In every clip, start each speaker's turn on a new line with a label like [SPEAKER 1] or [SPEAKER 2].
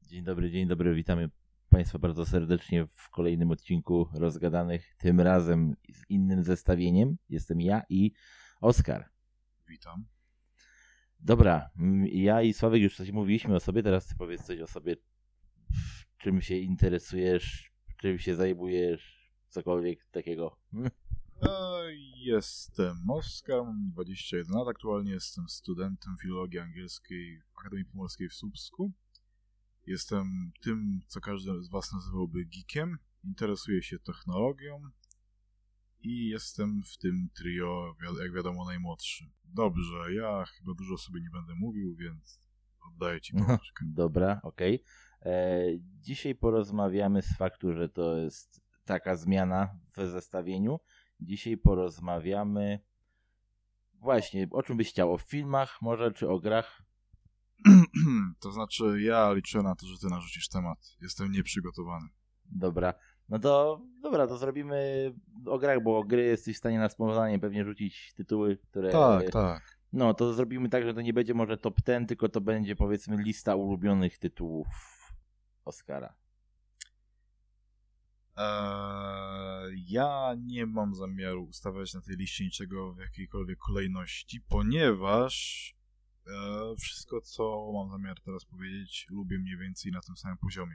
[SPEAKER 1] Dzień dobry, witamy Państwa bardzo serdecznie w kolejnym odcinku Rozgadanych, tym razem z innym zestawieniem. Jestem ja i Oskar.
[SPEAKER 2] Witam.
[SPEAKER 1] Dobra, ja i Sławek już coś mówiliśmy o sobie, teraz ty powiedz coś o sobie, czym się interesujesz, czym się zajmujesz, cokolwiek takiego.
[SPEAKER 2] Jestem Oskar, mam 21 lat, aktualnie jestem studentem filologii angielskiej w Akademii Pomorskiej w Słupsku. Jestem tym, co każdy z was nazywałby geekiem, interesuję się technologią i jestem w tym trio, jak wiadomo, najmłodszy. Dobrze, ja chyba dużo sobie nie będę mówił, więc oddaję ci pałeczkę.
[SPEAKER 1] Dobra, okej. Dzisiaj porozmawiamy z faktu, że to jest taka zmiana w zestawieniu. Dzisiaj porozmawiamy właśnie, o czym byś chciał, o filmach może, czy o grach?
[SPEAKER 2] To znaczy, ja liczę na to, że ty narzucisz temat. Jestem nieprzygotowany.
[SPEAKER 1] Dobra, no to dobra, to zrobimy o grach, bo o gry jesteś w stanie na spontanie pewnie rzucić tytuły, które...
[SPEAKER 2] Tak.
[SPEAKER 1] No, to zrobimy tak, że to nie będzie może top 10, tylko to będzie powiedzmy lista ulubionych tytułów Oscara.
[SPEAKER 2] Ja nie mam zamiaru ustawiać na tej liście niczego w jakiejkolwiek kolejności, ponieważ wszystko, co mam zamiar teraz powiedzieć, lubię mniej więcej na tym samym poziomie.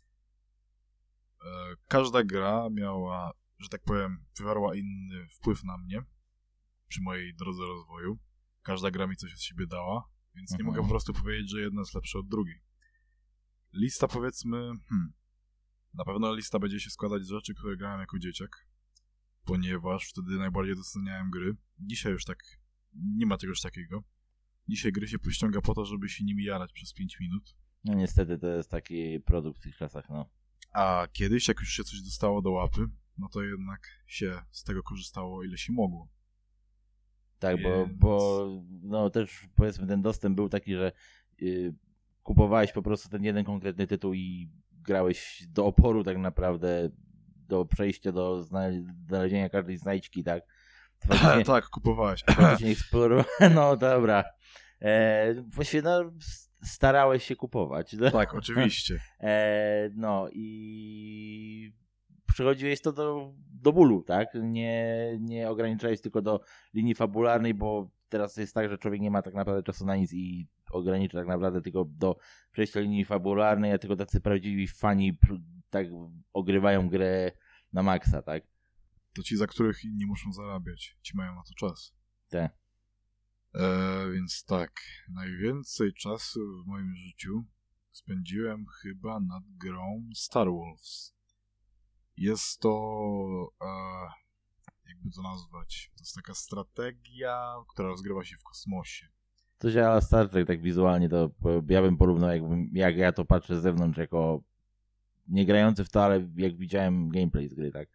[SPEAKER 2] Każda gra miała, że tak powiem, wywarła inny wpływ na mnie przy mojej drodze rozwoju. Każda gra mi coś od siebie dała, więc nie mogę po prostu powiedzieć, że jedna jest lepsza od drugiej. Lista, powiedzmy, na pewno lista będzie się składać z rzeczy, które grałem jako dzieciak, ponieważ wtedy najbardziej doceniałem gry. Dzisiaj już tak nie ma czegoś takiego. Dzisiaj gry się pościąga po to, żeby się nimi jarać przez 5 minut.
[SPEAKER 1] No niestety to jest taki produkt w tych czasach, no.
[SPEAKER 2] A kiedyś, jak już się coś dostało do łapy, no to jednak się z tego korzystało, ile się mogło.
[SPEAKER 1] Tak, bo no też powiedzmy ten dostęp był taki, że kupowałeś po prostu ten jeden konkretny tytuł i grałeś do oporu tak naprawdę, do przejścia, do znalezienia każdej znajdźki, tak?
[SPEAKER 2] Tak, kupowałeś.
[SPEAKER 1] Faktycznie eksplorowałem, no dobra. Właściwie no, starałeś się kupować. No?
[SPEAKER 2] Tak, oczywiście.
[SPEAKER 1] No i przechodziłeś to do bólu, tak? Nie ograniczałeś tylko do linii fabularnej, bo teraz jest tak, że człowiek nie ma tak naprawdę czasu na nic i ogranicza tak naprawdę tylko do przejścia linii fabularnej, a tylko tacy prawdziwi fani tak ogrywają grę na maksa, tak?
[SPEAKER 2] To ci, za których inni muszą zarabiać. Ci mają na to czas.
[SPEAKER 1] Tak.
[SPEAKER 2] Więc tak, najwięcej czasu w moim życiu spędziłem chyba nad grą Star Wars. Jest to, jakby to nazwać, to jest taka strategia, która rozgrywa się w kosmosie.
[SPEAKER 1] To działa Star Trek tak wizualnie, to ja bym porównał, jak ja to patrzę z zewnątrz, jako nie grający w to, ale jak widziałem gameplay z gry, tak?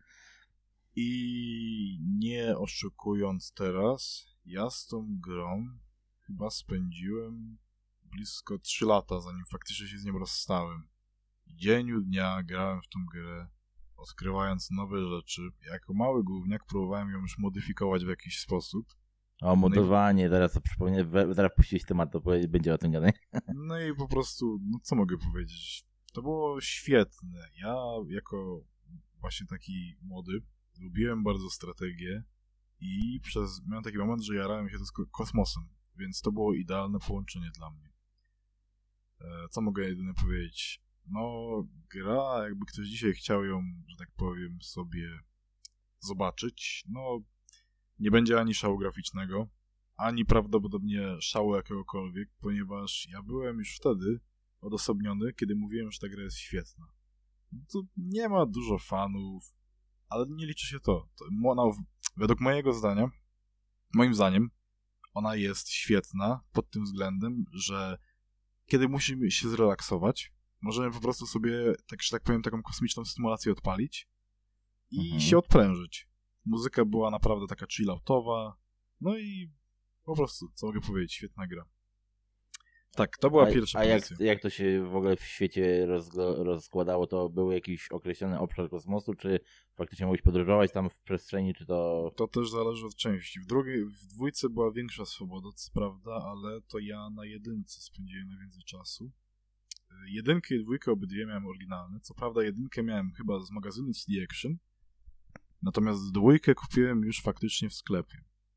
[SPEAKER 2] I nie oszukując teraz, ja z tą grą chyba spędziłem blisko 3 lata, zanim faktycznie się z nią rozstałem. Dzień u dnia grałem w tą grę, odkrywając nowe rzeczy. Jako mały gówniak próbowałem ją już modyfikować w jakiś sposób.
[SPEAKER 1] O, modowanie, teraz to przypomnę, zaraz puścić temat, to będzie o tym gadać.
[SPEAKER 2] No i po prostu, no co mogę powiedzieć? To było świetne. Ja jako właśnie taki młody lubiłem bardzo strategię i miałem taki moment, że jarałem się to kosmosem, więc to było idealne połączenie dla mnie. Co mogę jedynie powiedzieć? No, gra, jakby ktoś dzisiaj chciał ją, że tak powiem, sobie zobaczyć, no, nie będzie ani szału graficznego, ani prawdopodobnie szału jakiegokolwiek, ponieważ ja byłem już wtedy odosobniony, kiedy mówiłem, że ta gra jest świetna. Tu nie ma dużo fanów, ale nie liczy się to. Według moim zdaniem, ona jest świetna pod tym względem, że kiedy musimy się zrelaksować, możemy po prostu sobie, tak że tak powiem, taką kosmiczną stymulację odpalić i się odprężyć. Muzyka była naprawdę taka chill-outowa, no i po prostu, co mogę powiedzieć, świetna gra. Tak, to była pierwsza pozycja.
[SPEAKER 1] A jak to się w ogóle w świecie rozkładało? To był jakiś określony obszar kosmosu, czy faktycznie mogłeś podróżować tam w przestrzeni, czy to...
[SPEAKER 2] To też zależy od części. W dwójce była większa swoboda, co prawda, ale to ja na jedynce spędziłem najwięcej czasu. Jedynkę i dwójkę obydwie miałem oryginalne. Co prawda jedynkę miałem chyba z magazynu CD Action, natomiast dwójkę kupiłem już faktycznie w sklepie.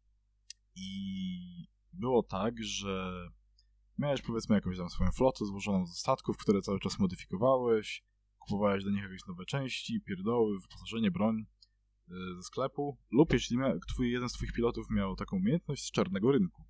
[SPEAKER 2] I było tak, że miałeś powiedzmy jakąś tam swoją flotę złożoną ze statków, które cały czas modyfikowałeś, kupowałeś do nich jakieś nowe części, pierdoły, wyposażenie, broń ze sklepu, lub jeśli jeden z twoich pilotów miał taką umiejętność z czarnego rynku.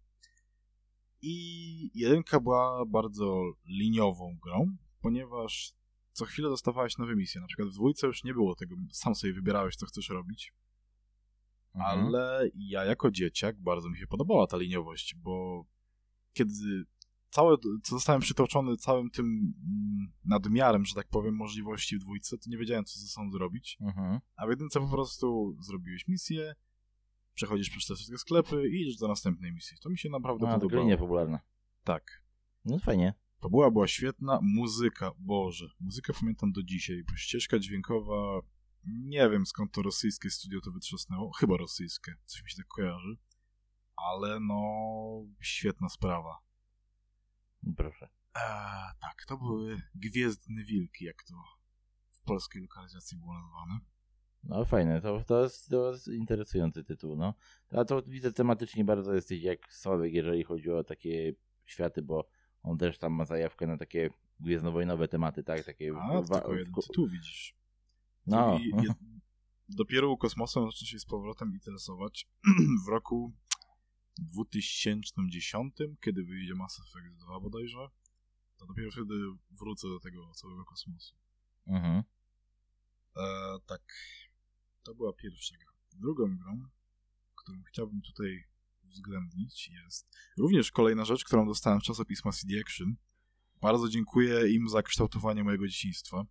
[SPEAKER 2] I jedynka była bardzo liniową grą, ponieważ co chwilę dostawałeś nowe misje. Na przykład w dwójce już nie było tego, sam sobie wybierałeś, co chcesz robić. Ale ja jako dzieciak bardzo mi się podobała ta liniowość, bo kiedy zostałem przytoczony całym tym nadmiarem, że tak powiem, możliwości w dwójce, to nie wiedziałem, co ze sobą zrobić. A w jedynce po prostu zrobiłeś misję, przechodzisz przez te wszystkie sklepy i idziesz do następnej misji. To mi się naprawdę podobało.
[SPEAKER 1] Linia popularna.
[SPEAKER 2] Tak.
[SPEAKER 1] No fajnie.
[SPEAKER 2] To była świetna muzyka. Boże, muzykę pamiętam do dzisiaj, bo ścieżka dźwiękowa, nie wiem skąd to rosyjskie studio to wytrzasnęło, chyba rosyjskie, coś mi się tak kojarzy, ale no, świetna sprawa.
[SPEAKER 1] Proszę.
[SPEAKER 2] Tak, to były Gwiezdne Wilki, jak to w polskiej lokalizacji było nazwane.
[SPEAKER 1] No fajne, to jest interesujący tytuł, no. A to widzę tematycznie bardzo jesteś jak Sławek, jeżeli chodzi o takie światy, bo on też tam ma zajawkę na takie gwiezdnowojnowe tematy, tak? Takie
[SPEAKER 2] tylko jeden tytuł widzisz.
[SPEAKER 1] No.
[SPEAKER 2] Dopiero u kosmosu zaczął się z powrotem interesować w roku 2010, kiedy wyjdzie Mass Effect 2 bodajże, to dopiero wtedy wrócę do tego całego kosmosu. Tak, to była pierwsza gra. Drugą grą, którą chciałbym tutaj uwzględnić, jest również kolejna rzecz, którą dostałem z czasopisma CD Action. Bardzo dziękuję im za kształtowanie mojego dzieciństwa.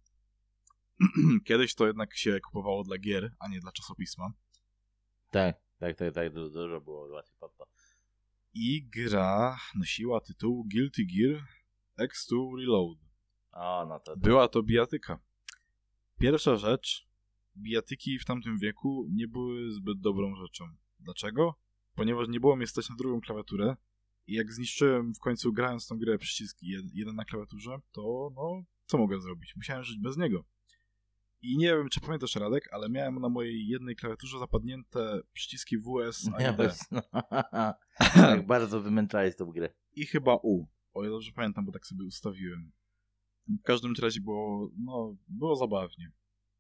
[SPEAKER 2] Kiedyś to jednak się kupowało dla gier, a nie dla czasopisma.
[SPEAKER 1] Tak, dużo było łatwiej pod to.
[SPEAKER 2] I gra nosiła tytuł Guilty Gear X2 Reload.
[SPEAKER 1] O, no to...
[SPEAKER 2] Była to bijatyka. Pierwsza rzecz, bijatyki w tamtym wieku nie były zbyt dobrą rzeczą. Dlaczego? Ponieważ nie było mnie stać na drugą klawiaturę i jak zniszczyłem w końcu grając tą grę przyciski jeden na klawiaturze, to no, co mogę zrobić? Musiałem żyć bez niego. I nie wiem, czy pamiętasz, Radek, ale miałem na mojej jednej klawiaturze zapadnięte przyciski WS i D.
[SPEAKER 1] No, tak bardzo wymęczałeś tą grę.
[SPEAKER 2] I chyba U, o ile dobrze pamiętam, bo tak sobie ustawiłem. W każdym razie było zabawnie.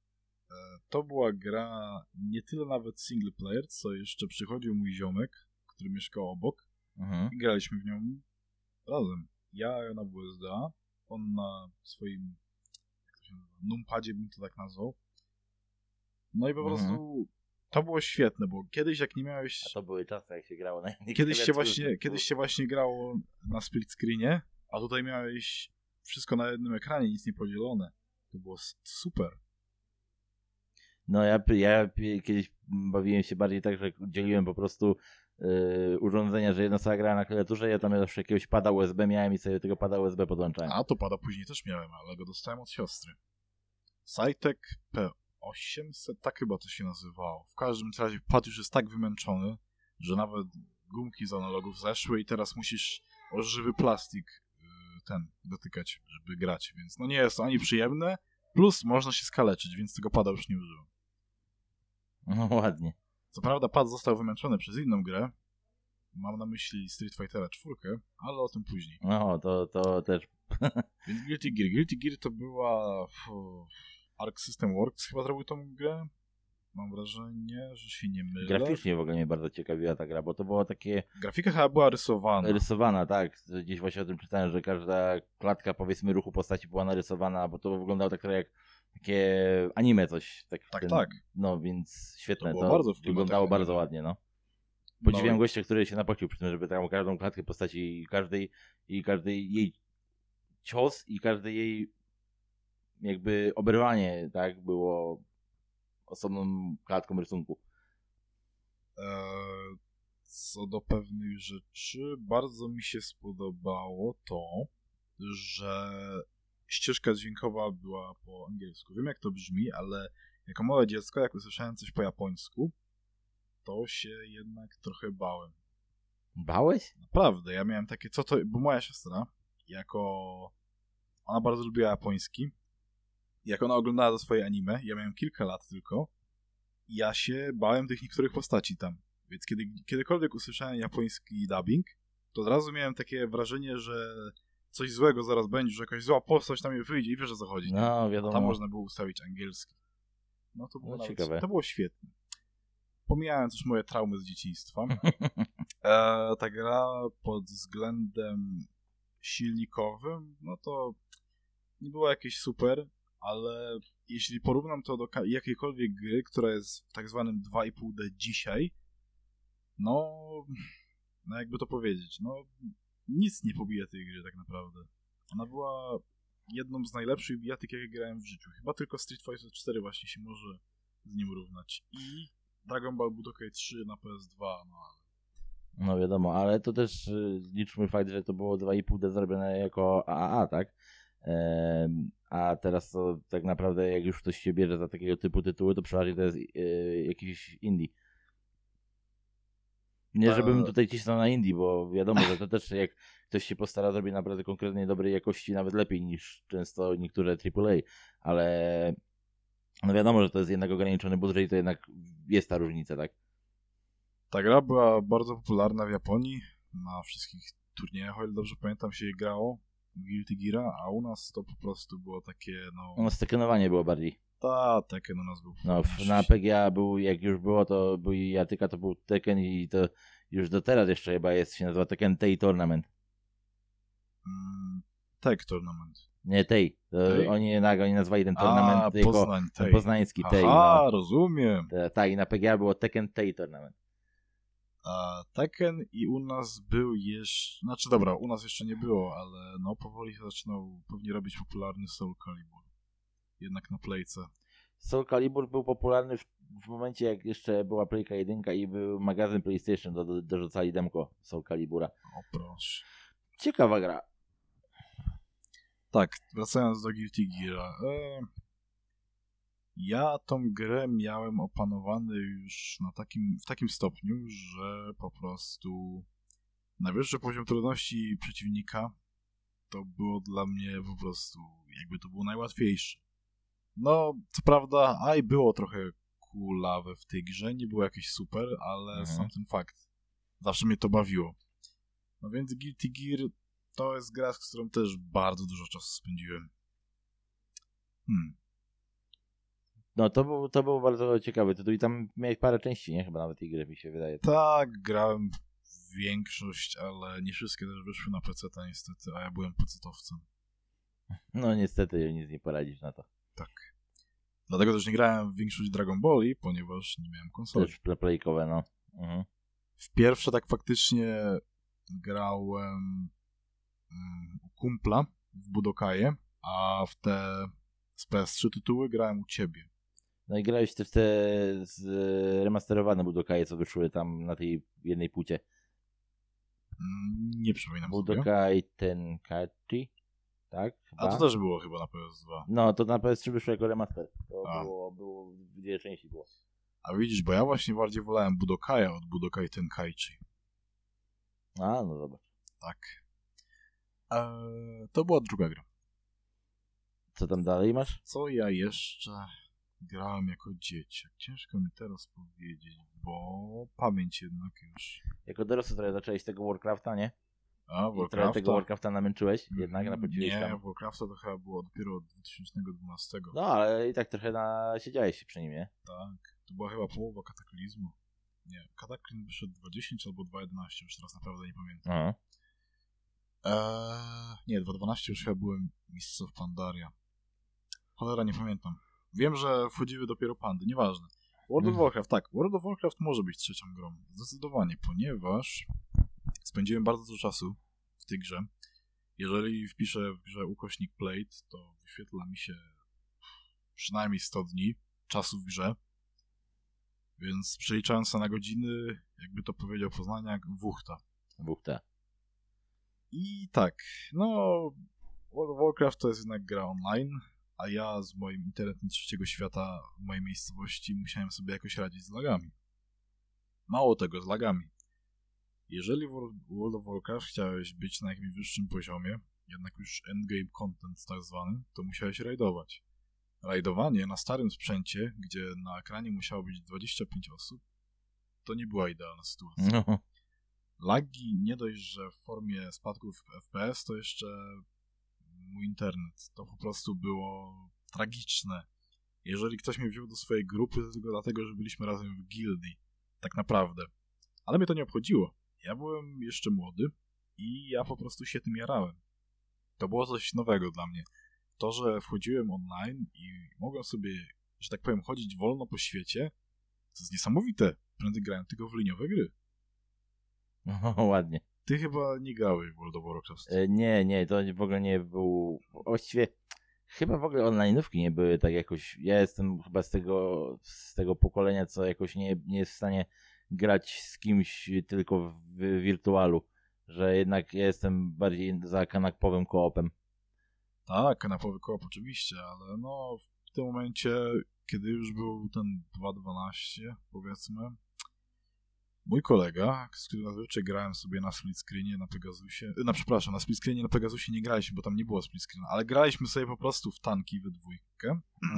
[SPEAKER 2] To była gra nie tyle nawet single player, co jeszcze przychodził mój ziomek, który mieszkał obok i graliśmy w nią razem. Ja na WSD, on na swoim numpadzie, bym to tak nazwał. No i po prostu to było świetne, bo kiedyś jak nie miałeś...
[SPEAKER 1] A to były czasy, jak się grało na innych
[SPEAKER 2] Kiedyś się właśnie grało na split screenie, a tutaj miałeś wszystko na jednym ekranie, nic nie podzielone. To było super.
[SPEAKER 1] No ja kiedyś bawiłem się bardziej tak, że dzieliłem po prostu urządzenia, że jedna osoba grała na klawiaturze, ja tam zawsze jakiegoś pada USB miałem i sobie tego pada USB podłączałem.
[SPEAKER 2] A to pada później też miałem, ale go dostałem od siostry. Cytec P800, tak chyba to się nazywało. W każdym razie pad już jest tak wymęczony, że nawet gumki z analogów zeszły i teraz musisz o żywy plastik dotykać, żeby grać, więc no nie jest to ani przyjemne, plus można się skaleczyć, więc tego pada już nie używam.
[SPEAKER 1] No ładnie.
[SPEAKER 2] Co prawda pad został wymęczony przez inną grę, mam na myśli Street Fightera 4, ale o tym później.
[SPEAKER 1] No, to też...
[SPEAKER 2] Więc Guilty Gear to była... Arc System Works chyba zrobił tą grę. Mam wrażenie, że się nie mylę.
[SPEAKER 1] Graficznie w ogóle mnie bardzo ciekawiła ta gra, bo to było takie...
[SPEAKER 2] Grafika chyba była rysowana.
[SPEAKER 1] Rysowana, tak. Gdzieś właśnie o tym czytałem, że każda klatka, powiedzmy, ruchu postaci była narysowana, bo to wyglądało tak trochę jak takie anime coś.
[SPEAKER 2] Tak.
[SPEAKER 1] No, więc świetne.
[SPEAKER 2] To bardzo
[SPEAKER 1] wyglądało bardzo ładnie, no. Podziwiam gościa, który się napocił przy tym, żeby taką każdą klatkę postaci i każdej jej cios i każde jej jakby oberwanie, tak, było osobną klatką rysunku.
[SPEAKER 2] Co do pewnych rzeczy, bardzo mi się spodobało to, że ścieżka dźwiękowa była po angielsku. Wiem, jak to brzmi, ale jako małe dziecko, jak usłyszałem coś po japońsku, to się jednak trochę bałem.
[SPEAKER 1] Bałeś?
[SPEAKER 2] Naprawdę, ja miałem takie, bo moja siostra jako ona bardzo lubiła japoński. Jak ona oglądała to swoje anime, ja miałem kilka lat tylko, i ja się bałem tych niektórych postaci tam. Więc kiedykolwiek usłyszałem japoński dubbing, to od razu miałem takie wrażenie, że coś złego zaraz będzie, że jakaś zła postać tam wyjdzie i wiesz, o co chodzi.
[SPEAKER 1] No,
[SPEAKER 2] A
[SPEAKER 1] wiadomo.
[SPEAKER 2] tam można było ustawić angielski. No to było
[SPEAKER 1] ciekawe.
[SPEAKER 2] To było świetne. Pomijając już moje traumy z dzieciństwa, ta gra pod względem silnikowym, no to nie była jakieś super, ale jeśli porównam to do jakiejkolwiek gry, która jest w tak zwanym 2,5D dzisiaj, no jakby to powiedzieć, no nic nie pobija tej gry tak naprawdę. Ona była jedną z najlepszych bijatyk, jakie grałem w życiu. Chyba tylko Street Fighter 4 właśnie się może z nim równać. I Dragon Ball Budokai 3 na PS2, no ale...
[SPEAKER 1] No wiadomo, ale to też liczmy fakt, że to było 2,5D zrobione jako AAA, tak? A teraz to tak naprawdę jak już ktoś się bierze za takiego typu tytuły, to przeważnie to jest jakiś indie. Nie, żebym tutaj cisnął na indie, bo wiadomo, że to też jak ktoś się postara zrobić naprawdę konkretnie dobrej jakości, nawet lepiej niż często niektóre AAA, ale no wiadomo, że to jest jednak ograniczony budżet i to jednak jest ta różnica, tak?
[SPEAKER 2] Ta gra była bardzo popularna w Japonii, na wszystkich turniejach, o ile dobrze pamiętam, się grało Guilty Geara, a u nas to po prostu było takie, no...
[SPEAKER 1] No, stekenowanie było bardziej.
[SPEAKER 2] Tekken u nas był.
[SPEAKER 1] No, na PGA był, jak już było, to był Jatyka, to był Tekken i to już do teraz jeszcze chyba jest, się nazywa Tekken Tei Tournament.
[SPEAKER 2] Tech Tournament.
[SPEAKER 1] Nie, Tei. Oni nazwali ten tournament jako poznański Tei.
[SPEAKER 2] Aha, no. Rozumiem.
[SPEAKER 1] Tak, i na PGA było Tekken Tei Tournament.
[SPEAKER 2] Tekken i u nas był jeszcze... Znaczy dobra, u nas jeszcze nie było, ale no powoli się zaczynał pewnie robić popularny Soul Calibur. Jednak na Playce.
[SPEAKER 1] Soul Calibur był popularny w momencie, jak jeszcze była Playka 1 i był magazyn PlayStation, dorzucali demko Soul Calibura.
[SPEAKER 2] O proszę.
[SPEAKER 1] Ciekawa gra.
[SPEAKER 2] Tak, wracając do Guilty Geara. Ja tą grę miałem opanowany już w takim stopniu, że po prostu najwyższy poziom trudności przeciwnika to było dla mnie po prostu jakby to było najłatwiejsze. No, co prawda, było trochę kulawe w tej grze, nie było jakieś super, ale sam ten fakt. Zawsze mnie to bawiło. No więc Guilty Gear to jest gra, z którą też bardzo dużo czasu spędziłem.
[SPEAKER 1] No, to był bardzo ciekawy tytuł i tam miałeś parę części, nie? Chyba nawet tej gry, mi się wydaje.
[SPEAKER 2] Tak, grałem w większość, ale nie wszystkie też wyszły na PC-ta niestety, a ja byłem PC-towcem.
[SPEAKER 1] No niestety, nic nie poradzisz na to.
[SPEAKER 2] Tak. Dlatego też nie grałem w większość Dragon Balli, ponieważ nie miałem konsoli.
[SPEAKER 1] Też playkowe, no.
[SPEAKER 2] W pierwsze tak faktycznie grałem u kumpla w Budokaje, a w te z PS3 tytuły grałem u ciebie.
[SPEAKER 1] No i grałeś też w te remasterowane Budokaje, co wyszły tam na tej jednej płycie.
[SPEAKER 2] Nie przypominam
[SPEAKER 1] Budokai Tenkaichi, tak? Chyba?
[SPEAKER 2] A to też było chyba na PS2.
[SPEAKER 1] No, to na PS3 wyszło jako remaster. To było w dwie części było.
[SPEAKER 2] A widzisz, bo ja właśnie bardziej wolałem Budokaja od Budokai Tenkaichi.
[SPEAKER 1] A, no zobacz.
[SPEAKER 2] Tak. To była druga gra.
[SPEAKER 1] Co tam dalej masz?
[SPEAKER 2] Co ja jeszcze grałem jako dzieciak? Ciężko mi teraz powiedzieć, bo pamięć jednak już.
[SPEAKER 1] Jako dorosły trochę zacząłeś tego Warcrafta, nie?
[SPEAKER 2] Warcrafta?
[SPEAKER 1] I trochę tego Warcrafta namęczyłeś, jednak napociłeś tam.
[SPEAKER 2] Nie, Warcrafta to chyba było dopiero od 2012.
[SPEAKER 1] No, ale i tak trochę siedziałeś się przy nim, nie?
[SPEAKER 2] Tak, to była chyba połowa Kataklizmu. Nie, Kataklizm wyszedł 2.10 albo 2.11, już teraz naprawdę nie pamiętam.
[SPEAKER 1] Aha.
[SPEAKER 2] Nie, 2.12 już chyba byłem Mists of Pandaria. Cholera, nie pamiętam. Wiem, że wchodziły dopiero pandy, nieważne. World of Warcraft, tak. World of Warcraft może być trzecią grą. Zdecydowanie, ponieważ spędziłem bardzo dużo czasu w tej grze. Jeżeli wpiszę w grze ukośnik played, to wyświetla mi się przynajmniej 100 dni czasu w grze. Więc przeliczając na godziny, jakby to powiedział Poznaniak, wuchta. I tak, no World of Warcraft to jest jednak gra online, a ja z moim internetem trzeciego świata w mojej miejscowości musiałem sobie jakoś radzić z lagami. Mało tego, z lagami. Jeżeli w World of Warcraft chciałeś być na jakimś wyższym poziomie, jednak już endgame content tak zwany, to musiałeś rajdować. Rajdowanie na starym sprzęcie, gdzie na ekranie musiało być 25 osób, to nie była idealna sytuacja.
[SPEAKER 1] No.
[SPEAKER 2] Lagi nie dość, że w formie spadków FPS, to jeszcze mój internet. To po prostu było tragiczne. Jeżeli ktoś mnie wziął do swojej grupy, to tylko dlatego, że byliśmy razem w gildii. Tak naprawdę. Ale mnie to nie obchodziło. Ja byłem jeszcze młody i ja po prostu się tym jarałem. To było coś nowego dla mnie. To, że wchodziłem online i mogłem sobie, że tak powiem, chodzić wolno po świecie, to jest niesamowite. Prędzej grałem tylko w liniowe gry.
[SPEAKER 1] No, ładnie.
[SPEAKER 2] Ty chyba nie grałeś w World of Warcraft.
[SPEAKER 1] Nie, to w ogóle nie był... Właściwie chyba w ogóle online'ówki nie były tak jakoś... Ja jestem chyba z tego pokolenia, co jakoś nie jest w stanie grać z kimś tylko w wirtualu. Że jednak ja jestem bardziej za kanapowym koopem.
[SPEAKER 2] Tak, kanapowy koop oczywiście, ale no w tym momencie, kiedy już był ten 2.12, powiedzmy, mój kolega, z którym zazwyczaj grałem sobie na split screenie na Pegasusie, na split screenie na Pegasusie nie graliśmy, bo tam nie było split screena, ale graliśmy sobie po prostu w tanki we dwójkę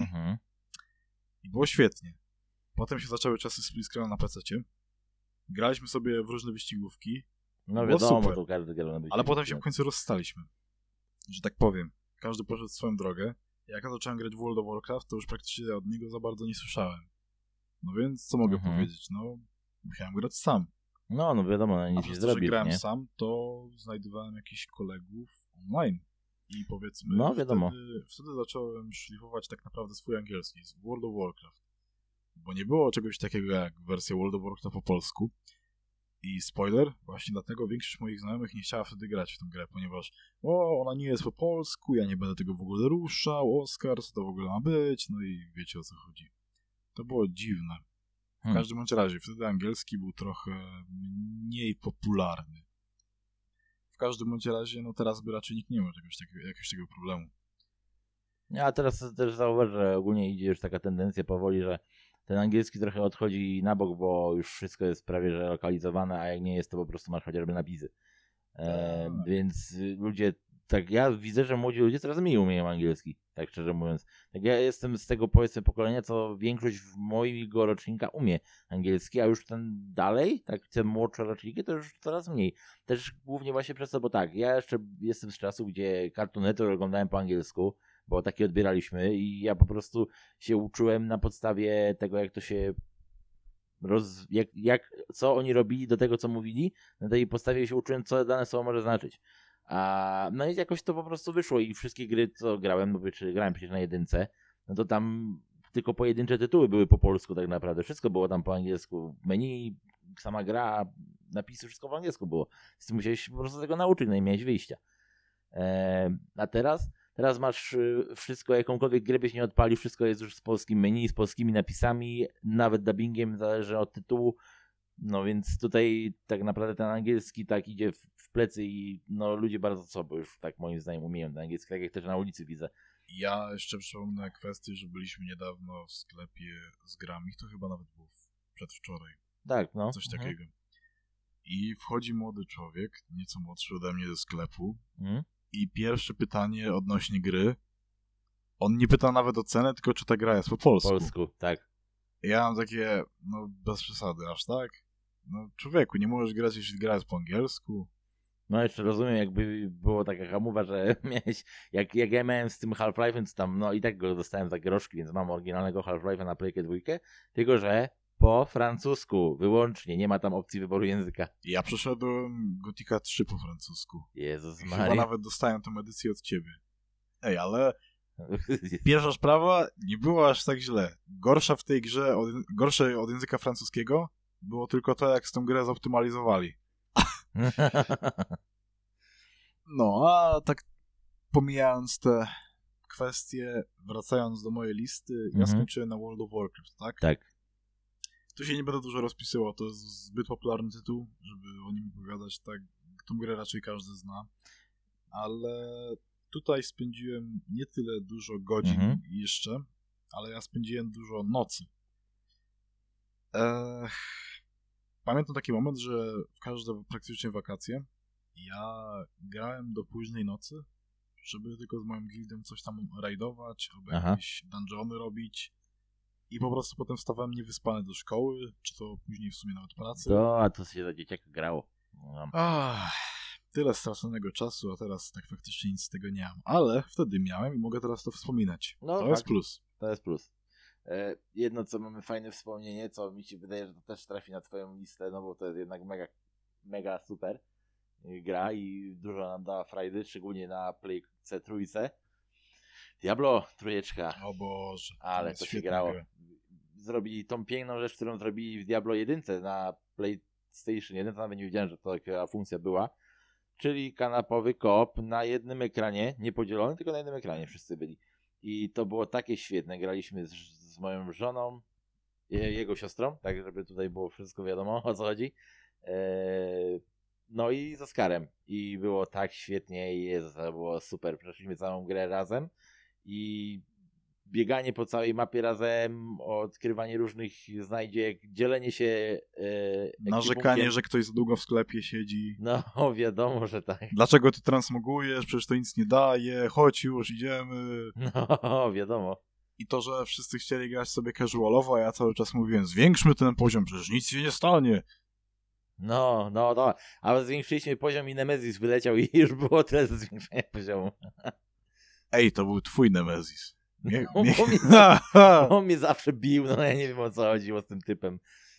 [SPEAKER 2] i było świetnie. Potem się zaczęły czasy split screena na PC-cie, graliśmy sobie w różne wyścigówki,
[SPEAKER 1] No
[SPEAKER 2] było
[SPEAKER 1] wiadomo,
[SPEAKER 2] super,
[SPEAKER 1] to każdy gra na
[SPEAKER 2] ale potem się w końcu rozstaliśmy, że tak powiem. Każdy poszedł swoją drogę. Jak ja zacząłem grać w World of Warcraft, to już praktycznie od niego za bardzo nie słyszałem. No więc, co mogę powiedzieć? No, musiałem grać sam.
[SPEAKER 1] No wiadomo, no, nic
[SPEAKER 2] A
[SPEAKER 1] nie
[SPEAKER 2] przez to, że
[SPEAKER 1] zrobisz,
[SPEAKER 2] grałem
[SPEAKER 1] nie?
[SPEAKER 2] sam, to znajdowałem jakichś kolegów online. I powiedzmy,
[SPEAKER 1] No, wiadomo.
[SPEAKER 2] wtedy zacząłem szlifować tak naprawdę swój angielski z World of Warcraft. Bo nie było czegoś takiego jak wersja World of Warcraft po polsku. I spoiler, właśnie dlatego większość moich znajomych nie chciała wtedy grać w tę grę, ponieważ ona nie jest po polsku, ja nie będę tego w ogóle ruszał, Oskar, co to w ogóle ma być, no i wiecie o co chodzi. To było dziwne. W każdym bądź razie, wtedy angielski był trochę mniej popularny. W każdym bądź razie, no teraz by raczej nikt nie miał jakiegoś takiego problemu.
[SPEAKER 1] A teraz też zauważ, że ogólnie idzie już taka tendencja powoli, że ten angielski trochę odchodzi na bok, bo już wszystko jest prawie że lokalizowane, a jak nie jest, to po prostu masz chociażby napisy. Więc ludzie, tak ja widzę, że młodzi ludzie coraz mniej umieją angielski, tak szczerze mówiąc. Tak ja jestem z tego powiedzmy pokolenia, co większość mojego rocznika umie angielski, a już ten dalej, tak te młodsze roczniki, to już coraz mniej. Też głównie właśnie przez to, bo tak, ja jeszcze jestem z czasów, gdzie Cartoon Network oglądałem po angielsku, bo takie odbieraliśmy i ja po prostu się uczyłem na podstawie tego, jak to się co oni robili do tego, co mówili, na tej podstawie się uczyłem, co dane słowo może znaczyć. No i jakoś to po prostu wyszło i wszystkie gry, co grałem, no czy grałem przecież na jedynce, no to tam tylko pojedyncze tytuły były po polsku tak naprawdę. Wszystko było tam po angielsku. Menu, sama gra, napisy, wszystko po angielsku było. Więc musiałeś się po prostu tego nauczyć, no i miałeś wyjścia. A teraz masz wszystko, jakąkolwiek grę byś nie odpalił, wszystko jest już z polskim menu, z polskimi napisami, nawet dubbingiem, zależy od tytułu. No więc tutaj tak naprawdę ten angielski tak idzie w plecy i no ludzie bardzo słabo już tak moim zdaniem umieją ten angielski, tak jak też na ulicy widzę.
[SPEAKER 2] Ja jeszcze przypomnę kwestię, że byliśmy niedawno w sklepie z grami, to chyba nawet było przedwczoraj.
[SPEAKER 1] Tak, no.
[SPEAKER 2] Coś takiego. I wchodzi młody człowiek, nieco młodszy ode mnie do sklepu i pierwsze pytanie odnośnie gry, on nie pyta nawet o cenę, tylko czy ta gra jest po polsku.
[SPEAKER 1] Po polsku, tak.
[SPEAKER 2] Ja mam takie, no bez przesady, aż tak? No człowieku, nie możesz grać, jeśli gra jest po angielsku.
[SPEAKER 1] No jeszcze rozumiem, jakby było taka hamowa, że miałeś, jak ja miałem z tym Half-Life'em, to tam, no i tak go dostałem za groszki, więc mam oryginalnego Half-Life'a na Playkę 2, tylko że po francusku wyłącznie, nie ma tam opcji wyboru języka.
[SPEAKER 2] Ja przeszedłem Gothica 3 po francusku.
[SPEAKER 1] Jezus Maria.
[SPEAKER 2] Chyba nawet dostałem tę edycję od ciebie. Ej, ale pierwsza sprawa nie była aż tak źle. Gorsza w tej grze, gorsze od języka francuskiego było tylko to, jak z tą grę zoptymalizowali. No, a tak pomijając te kwestie, wracając do mojej listy, ja skończyłem na World of Warcraft, tak?
[SPEAKER 1] Tak.
[SPEAKER 2] Tu się nie będę dużo rozpisywał, to jest zbyt popularny tytuł, żeby o nim opowiadać, tak? Tą grę raczej każdy zna, ale tutaj spędziłem nie tyle dużo godzin jeszcze, ale ja spędziłem dużo nocy. Pamiętam taki moment, że w każde praktycznie wakacje ja grałem do późnej nocy żeby tylko z moim guildem coś tam rajdować, albo
[SPEAKER 1] Aha.
[SPEAKER 2] jakieś dungeony robić. I po prostu potem wstawałem niewyspany do szkoły, czy to później w sumie nawet pracy.
[SPEAKER 1] A to się za dzieciaka grało. No.
[SPEAKER 2] Tyle straconego czasu, a teraz tak faktycznie nic z tego nie mam. Ale wtedy miałem i mogę teraz to wspominać.
[SPEAKER 1] No,
[SPEAKER 2] To jest
[SPEAKER 1] fakt.
[SPEAKER 2] plus.
[SPEAKER 1] To jest plus. Jedno, co mamy fajne wspomnienie, co mi się wydaje, że to też trafi na twoją listę, no bo to jest jednak mega super gra i dużo nam dała frajdy, szczególnie na Playce trójce. Diablo trójeczka.
[SPEAKER 2] O Boże.
[SPEAKER 1] Ale
[SPEAKER 2] jest
[SPEAKER 1] to się
[SPEAKER 2] świetna
[SPEAKER 1] grało.
[SPEAKER 2] gra.
[SPEAKER 1] Zrobili tą piękną rzecz, którą zrobili w Diablo 1 na PlayStation 1, to nawet nie wiedziałem, że to taka funkcja była. Czyli kanapowy koop na jednym ekranie, nie podzielony, tylko na jednym ekranie wszyscy byli. I to było takie świetne. Graliśmy z moją żoną, jego siostrą, tak żeby tutaj było wszystko wiadomo, o co chodzi. No i z Oskarem. I było tak świetnie i to było super. Przeszliśmy całą grę razem i bieganie po całej mapie razem, odkrywanie różnych znajdziek, dzielenie się
[SPEAKER 2] Narzekanie,
[SPEAKER 1] ekwipunkiem.
[SPEAKER 2] że ktoś za długo w sklepie siedzi.
[SPEAKER 1] No wiadomo, że tak.
[SPEAKER 2] Dlaczego ty transmogujesz? Przecież to nic nie daje. Chodź już, idziemy.
[SPEAKER 1] No wiadomo.
[SPEAKER 2] I to, że wszyscy chcieli grać sobie casualowo, a ja cały czas mówiłem, zwiększmy ten poziom, przecież nic się nie stanie.
[SPEAKER 1] No, ale zwiększyliśmy poziom i Nemesis wyleciał i już było tyle do zwiększenia poziomu.
[SPEAKER 2] Ej, to był twój Nemesis.
[SPEAKER 1] On mnie zawsze bił, no ja nie wiem o co chodziło z tym typem.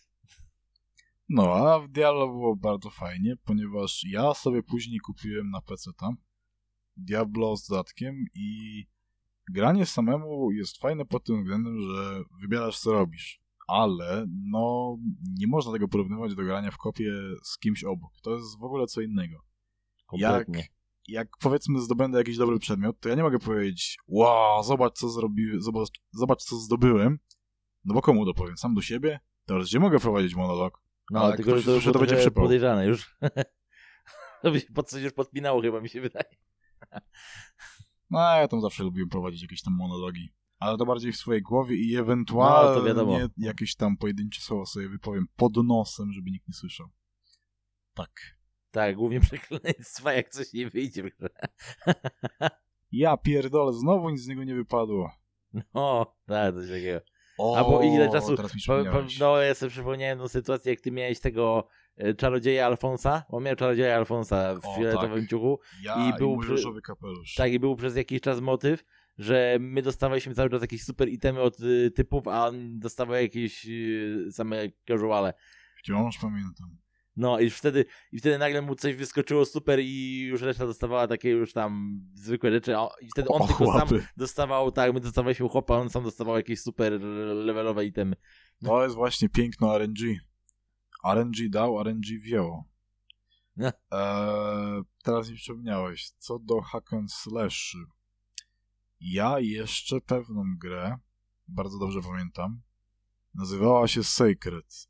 [SPEAKER 2] No, a w Diablo było bardzo fajnie, ponieważ ja sobie później kupiłem na PC tam Diablo z dodatkiem i granie samemu jest fajne pod tym względem, że wybierasz co robisz, ale no nie można tego porównywać do grania w kopie z kimś obok. To jest w ogóle co innego.
[SPEAKER 1] Kompletnie.
[SPEAKER 2] Jak powiedzmy zdobędę jakiś dobry przedmiot, to ja nie mogę powiedzieć wow, zobacz co zrobiłem, zobacz co zdobyłem, no bo komu dopowiem? Sam do siebie? Teraz gdzie mogę prowadzić monolog?
[SPEAKER 1] No,
[SPEAKER 2] ale
[SPEAKER 1] tylko że
[SPEAKER 2] to będzie przypał.
[SPEAKER 1] podejrzane już. To by się pod coś już podpinało chyba, mi się wydaje.
[SPEAKER 2] No, ja tam zawsze lubiłem prowadzić jakieś tam monologi. Ale to bardziej w swojej głowie i
[SPEAKER 1] No, to
[SPEAKER 2] ewentualnie
[SPEAKER 1] wiadomo.
[SPEAKER 2] jakieś tam pojedyncze słowa sobie wypowiem pod nosem, żeby nikt nie słyszał. Tak.
[SPEAKER 1] Tak, głównie przekleństwa, jak coś nie wyjdzie w grze.
[SPEAKER 2] Ja pierdolę, znowu nic z niego nie wypadło.
[SPEAKER 1] No, tak, coś takiego.
[SPEAKER 2] O,
[SPEAKER 1] Albo ile czasu...
[SPEAKER 2] teraz mi przypomniałeś.
[SPEAKER 1] No, ja sobie przypomniałem tą sytuację, jak ty miałeś tego czarodzieja Alfonsa. On miał czarodzieja Alfonsa w fioletowym
[SPEAKER 2] tak.
[SPEAKER 1] ciuchu.
[SPEAKER 2] Ja
[SPEAKER 1] i był
[SPEAKER 2] mój różowy kapelusz.
[SPEAKER 1] Tak, i był przez jakiś czas motyw, że my dostawaliśmy cały czas jakieś super itemy od typów, a on dostawał jakieś same casuale.
[SPEAKER 2] Wciąż pamiętam.
[SPEAKER 1] No i wtedy nagle mu coś wyskoczyło super i już reszta dostawała takie już tam zwykłe rzeczy. I wtedy on tylko sam
[SPEAKER 2] chłopy.
[SPEAKER 1] dostawał, tak, my dostawaliśmy chłopa, on sam dostawał jakieś super levelowe itemy.
[SPEAKER 2] To jest właśnie piękno RNG. RNG dał, RNG wzięło.
[SPEAKER 1] No.
[SPEAKER 2] Teraz mi przypomniałeś, co do hack and slash. Ja jeszcze pewną grę, bardzo dobrze pamiętam, nazywała się Sacred.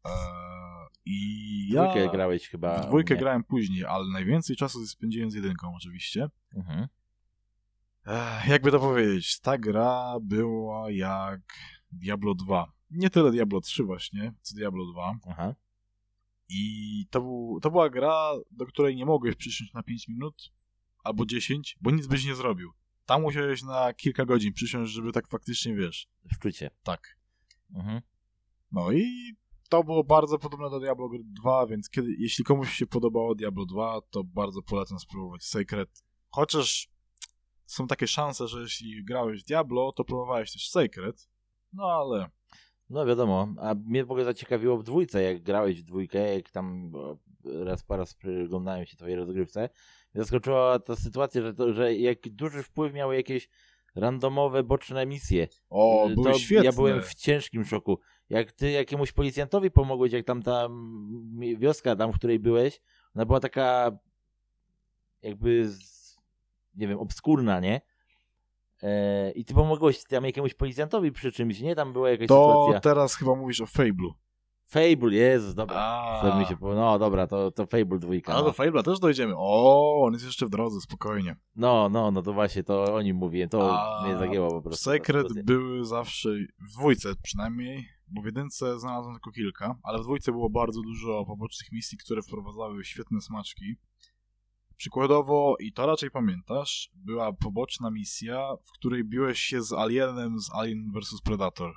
[SPEAKER 2] I ja
[SPEAKER 1] Dwójkę grałeś chyba.
[SPEAKER 2] w dwójkę
[SPEAKER 1] nie?
[SPEAKER 2] grałem później, ale najwięcej czasu spędziłem z jedynką oczywiście.
[SPEAKER 1] Mhm.
[SPEAKER 2] Jakby to powiedzieć, ta gra była jak Diablo 2. Nie tyle Diablo 3 właśnie, co Diablo 2.
[SPEAKER 1] Aha.
[SPEAKER 2] I to była gra, do której nie mogłeś przysiąść na 5 minut albo 10, bo nic byś nie zrobił. Tam musiałeś na kilka godzin przysiąść, żeby tak faktycznie, wiesz.
[SPEAKER 1] Wczucie.
[SPEAKER 2] Tak.
[SPEAKER 1] Mhm.
[SPEAKER 2] No i to było bardzo podobne do Diablo 2, więc jeśli komuś się podobało Diablo 2, to bardzo polecam spróbować Sacred. Chociaż są takie szanse, że jeśli grałeś w Diablo, to próbowałeś też Sacred. No ale...
[SPEAKER 1] No wiadomo, a mnie w ogóle zaciekawiło w dwójce, jak grałeś w dwójkę, jak tam po raz przyglądałem się twojej rozgrywce, zaskoczyła ta sytuacja, że jak duży wpływ miały jakieś randomowe, boczne misje.
[SPEAKER 2] O, były świetne.
[SPEAKER 1] Ja byłem w ciężkim szoku. Jak ty jakiemuś policjantowi pomogłeś, jak tam ta wioska, tam w której byłeś, ona była taka jakby, nie wiem, obskurna, nie? I ty pomogłeś tam jakiemuś policjantowi przy czymś, nie? Tam była jakaś sytuacja.
[SPEAKER 2] To teraz chyba mówisz o Fable'u.
[SPEAKER 1] Fable, Jezus, dobra. No dobra, to Fable 2.
[SPEAKER 2] A do Fable'a też dojdziemy. O, on jest jeszcze w drodze, spokojnie.
[SPEAKER 1] No to właśnie, to o nim mówiłem, to mnie zagięło po prostu.
[SPEAKER 2] Secret były zawsze, w dwójce przynajmniej, bo w jedynce znalazłem tylko kilka, ale w dwójce było bardzo dużo pobocznych misji, które wprowadzały świetne smaczki. Przykładowo, i to raczej pamiętasz, była poboczna misja, w której biłeś się z Alienem z Alien vs Predator.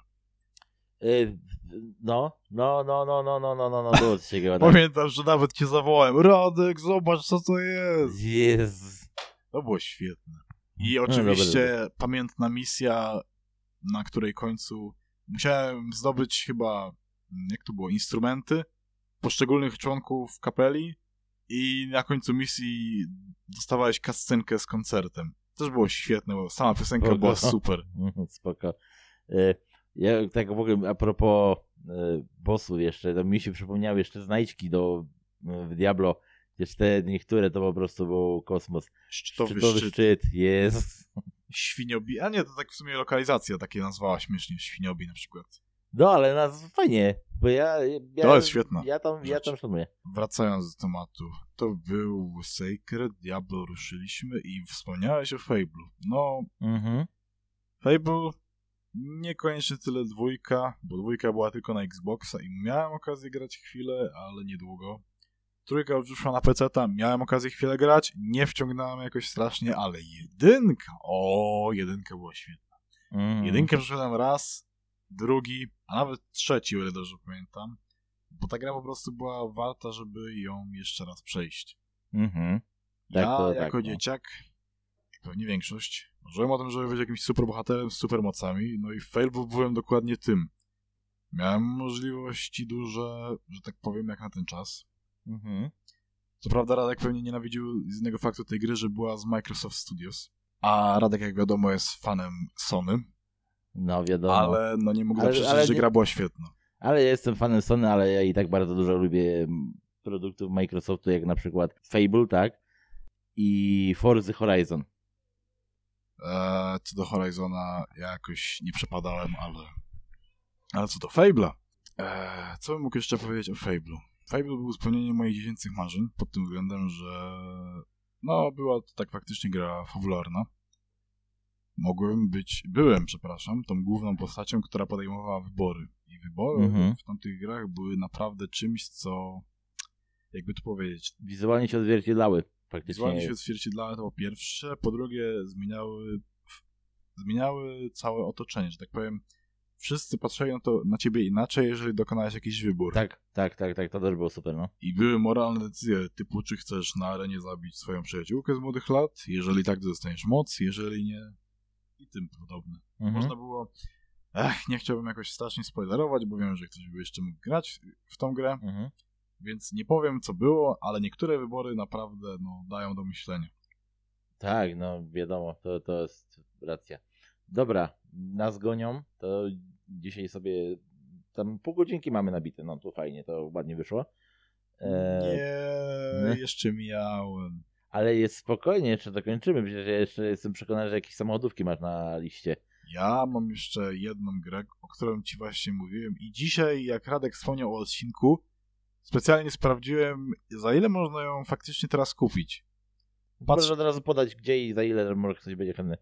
[SPEAKER 1] Było coś takiego, tak.
[SPEAKER 2] Pamiętam, że nawet cię zawołałem. Radek, zobacz, co to jest.
[SPEAKER 1] Jezus.
[SPEAKER 2] To było świetne. I
[SPEAKER 1] No,
[SPEAKER 2] oczywiście
[SPEAKER 1] dobra.
[SPEAKER 2] pamiętna misja, na której końcu musiałem zdobyć chyba, jak to było, instrumenty poszczególnych członków kapeli i na końcu misji dostawałeś kascenkę z koncertem. Też było świetne, bo sama piosenka
[SPEAKER 1] Spoko.
[SPEAKER 2] była super.
[SPEAKER 1] Spoko. Ja tak w ogóle a propos bossów jeszcze, to mi się przypomniały jeszcze znajdźki w Diablo, gdzieś te niektóre to po prostu był kosmos.
[SPEAKER 2] Szczytowy szczyt.
[SPEAKER 1] Szczyt, jest.
[SPEAKER 2] Świniobi. A nie, to tak w sumie lokalizacja takie nazwała śmiesznie. Świniobi na przykład.
[SPEAKER 1] No, ale fajnie, bo ja
[SPEAKER 2] To jest świetna
[SPEAKER 1] Ja
[SPEAKER 2] rzecz.
[SPEAKER 1] tam szanuję.
[SPEAKER 2] Wracając do tematu. To był Sacred, Diablo ruszyliśmy i wspomniałeś o Fable'u. No, Fable niekoniecznie tyle dwójka, bo dwójka była tylko na Xboxa i miałem okazję grać chwilę, ale niedługo. Trójka już wyszła na PC-ta, miałem okazję chwilę grać, nie wciągnąłem jakoś strasznie, ale jedynka była świetna. Jedynkę przeszedłem raz, drugi, a nawet trzeci, o ile dobrze pamiętam, bo ta gra po prostu była warta, żeby ją jeszcze raz przejść. Ja jako dzieciak, pewnie większość, marzyłem o tym, żeby być jakimś superbohaterem z supermocami, no i w Fable byłem dokładnie tym. Miałem możliwości duże, że tak powiem, jak na ten czas. Co prawda Radek pewnie nienawidził z innego faktu tej gry, że była z Microsoft Studios, a Radek, jak wiadomo, jest fanem Sony.
[SPEAKER 1] No wiadomo.
[SPEAKER 2] Ale no nie mógł zaprzeczać, że gra była świetna.
[SPEAKER 1] Ale ja jestem fanem Sony, ale ja i tak bardzo dużo lubię produktów Microsoftu, jak na przykład Fable, tak? I Forza Horizon.
[SPEAKER 2] Co do Horizona ja jakoś nie przepadałem, ale co do Fable'a, co bym mógł jeszcze powiedzieć o Fable'u? Fable był spełnieniem moich dziecięcych marzeń, pod tym względem, że no była to tak faktycznie gra fabularna. Byłem, tą główną postacią, która podejmowała wybory. I wybory w tamtych grach były naprawdę czymś, co, jakby to powiedzieć...
[SPEAKER 1] Wizualnie się odzwierciedlały. Faktycznie.
[SPEAKER 2] Wizualnie się odzwierciedlały, to po pierwsze. Po drugie, zmieniały całe otoczenie, że tak powiem. Wszyscy patrzyli na ciebie inaczej, jeżeli dokonałeś jakiś wybór.
[SPEAKER 1] Tak, to też było super, no.
[SPEAKER 2] I były moralne decyzje, typu czy chcesz na arenie zabić swoją przyjaciółkę z młodych lat, jeżeli tak, to dostaniesz moc, jeżeli nie, i tym podobne. Można było... nie chciałbym jakoś strasznie spoilerować, bo wiem, że ktoś by jeszcze mógł grać w tą grę, więc nie powiem, co było, ale niektóre wybory naprawdę dają do myślenia.
[SPEAKER 1] Tak, no wiadomo, to jest racja. Dobra, nas gonią, to dzisiaj sobie tam pół godzinki mamy nabite, no to fajnie, to ładnie wyszło.
[SPEAKER 2] Jeszcze miałem.
[SPEAKER 1] Ale jest spokojnie, jeszcze dokończymy, przecież ja jeszcze jestem przekonany, że jakieś samochodówki masz na liście.
[SPEAKER 2] Ja mam jeszcze jedną grę, o którą ci właśnie mówiłem i dzisiaj, jak Radek wspomniał o odcinku, specjalnie sprawdziłem, za ile można ją faktycznie teraz kupić.
[SPEAKER 1] Możesz od razu podać gdzie i za ile może ktoś będzie chętny.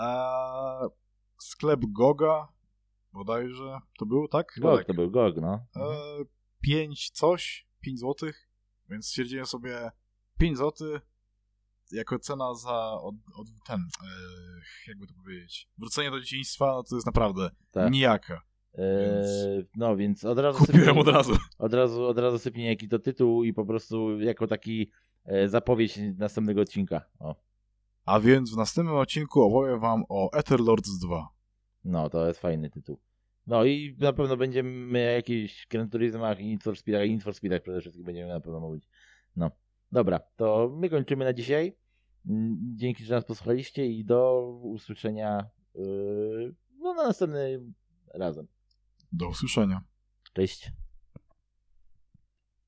[SPEAKER 2] Sklep Goga, bodajże, to był, tak?
[SPEAKER 1] GOG, to był GOG, no.
[SPEAKER 2] 5 złotych, więc stwierdziłem sobie 5 złotych jako cena za jakby to powiedzieć, wrócenie do dzieciństwa, no to jest naprawdę nijaka.
[SPEAKER 1] No więc od razu
[SPEAKER 2] kupiłem
[SPEAKER 1] od razu sypnij jaki to tytuł i po prostu jako taki zapowiedź następnego odcinka. O.
[SPEAKER 2] A więc w następnym odcinku opowiem wam o Etherlords 2.
[SPEAKER 1] No, to jest fajny tytuł. No i na pewno będziemy jakichś Gran Turismach i Need for Speedach przede wszystkim będziemy na pewno mówić. No, dobra, to my kończymy na dzisiaj. Dzięki, że nas posłuchaliście i do usłyszenia na następnym razem.
[SPEAKER 2] Do usłyszenia.
[SPEAKER 1] Cześć.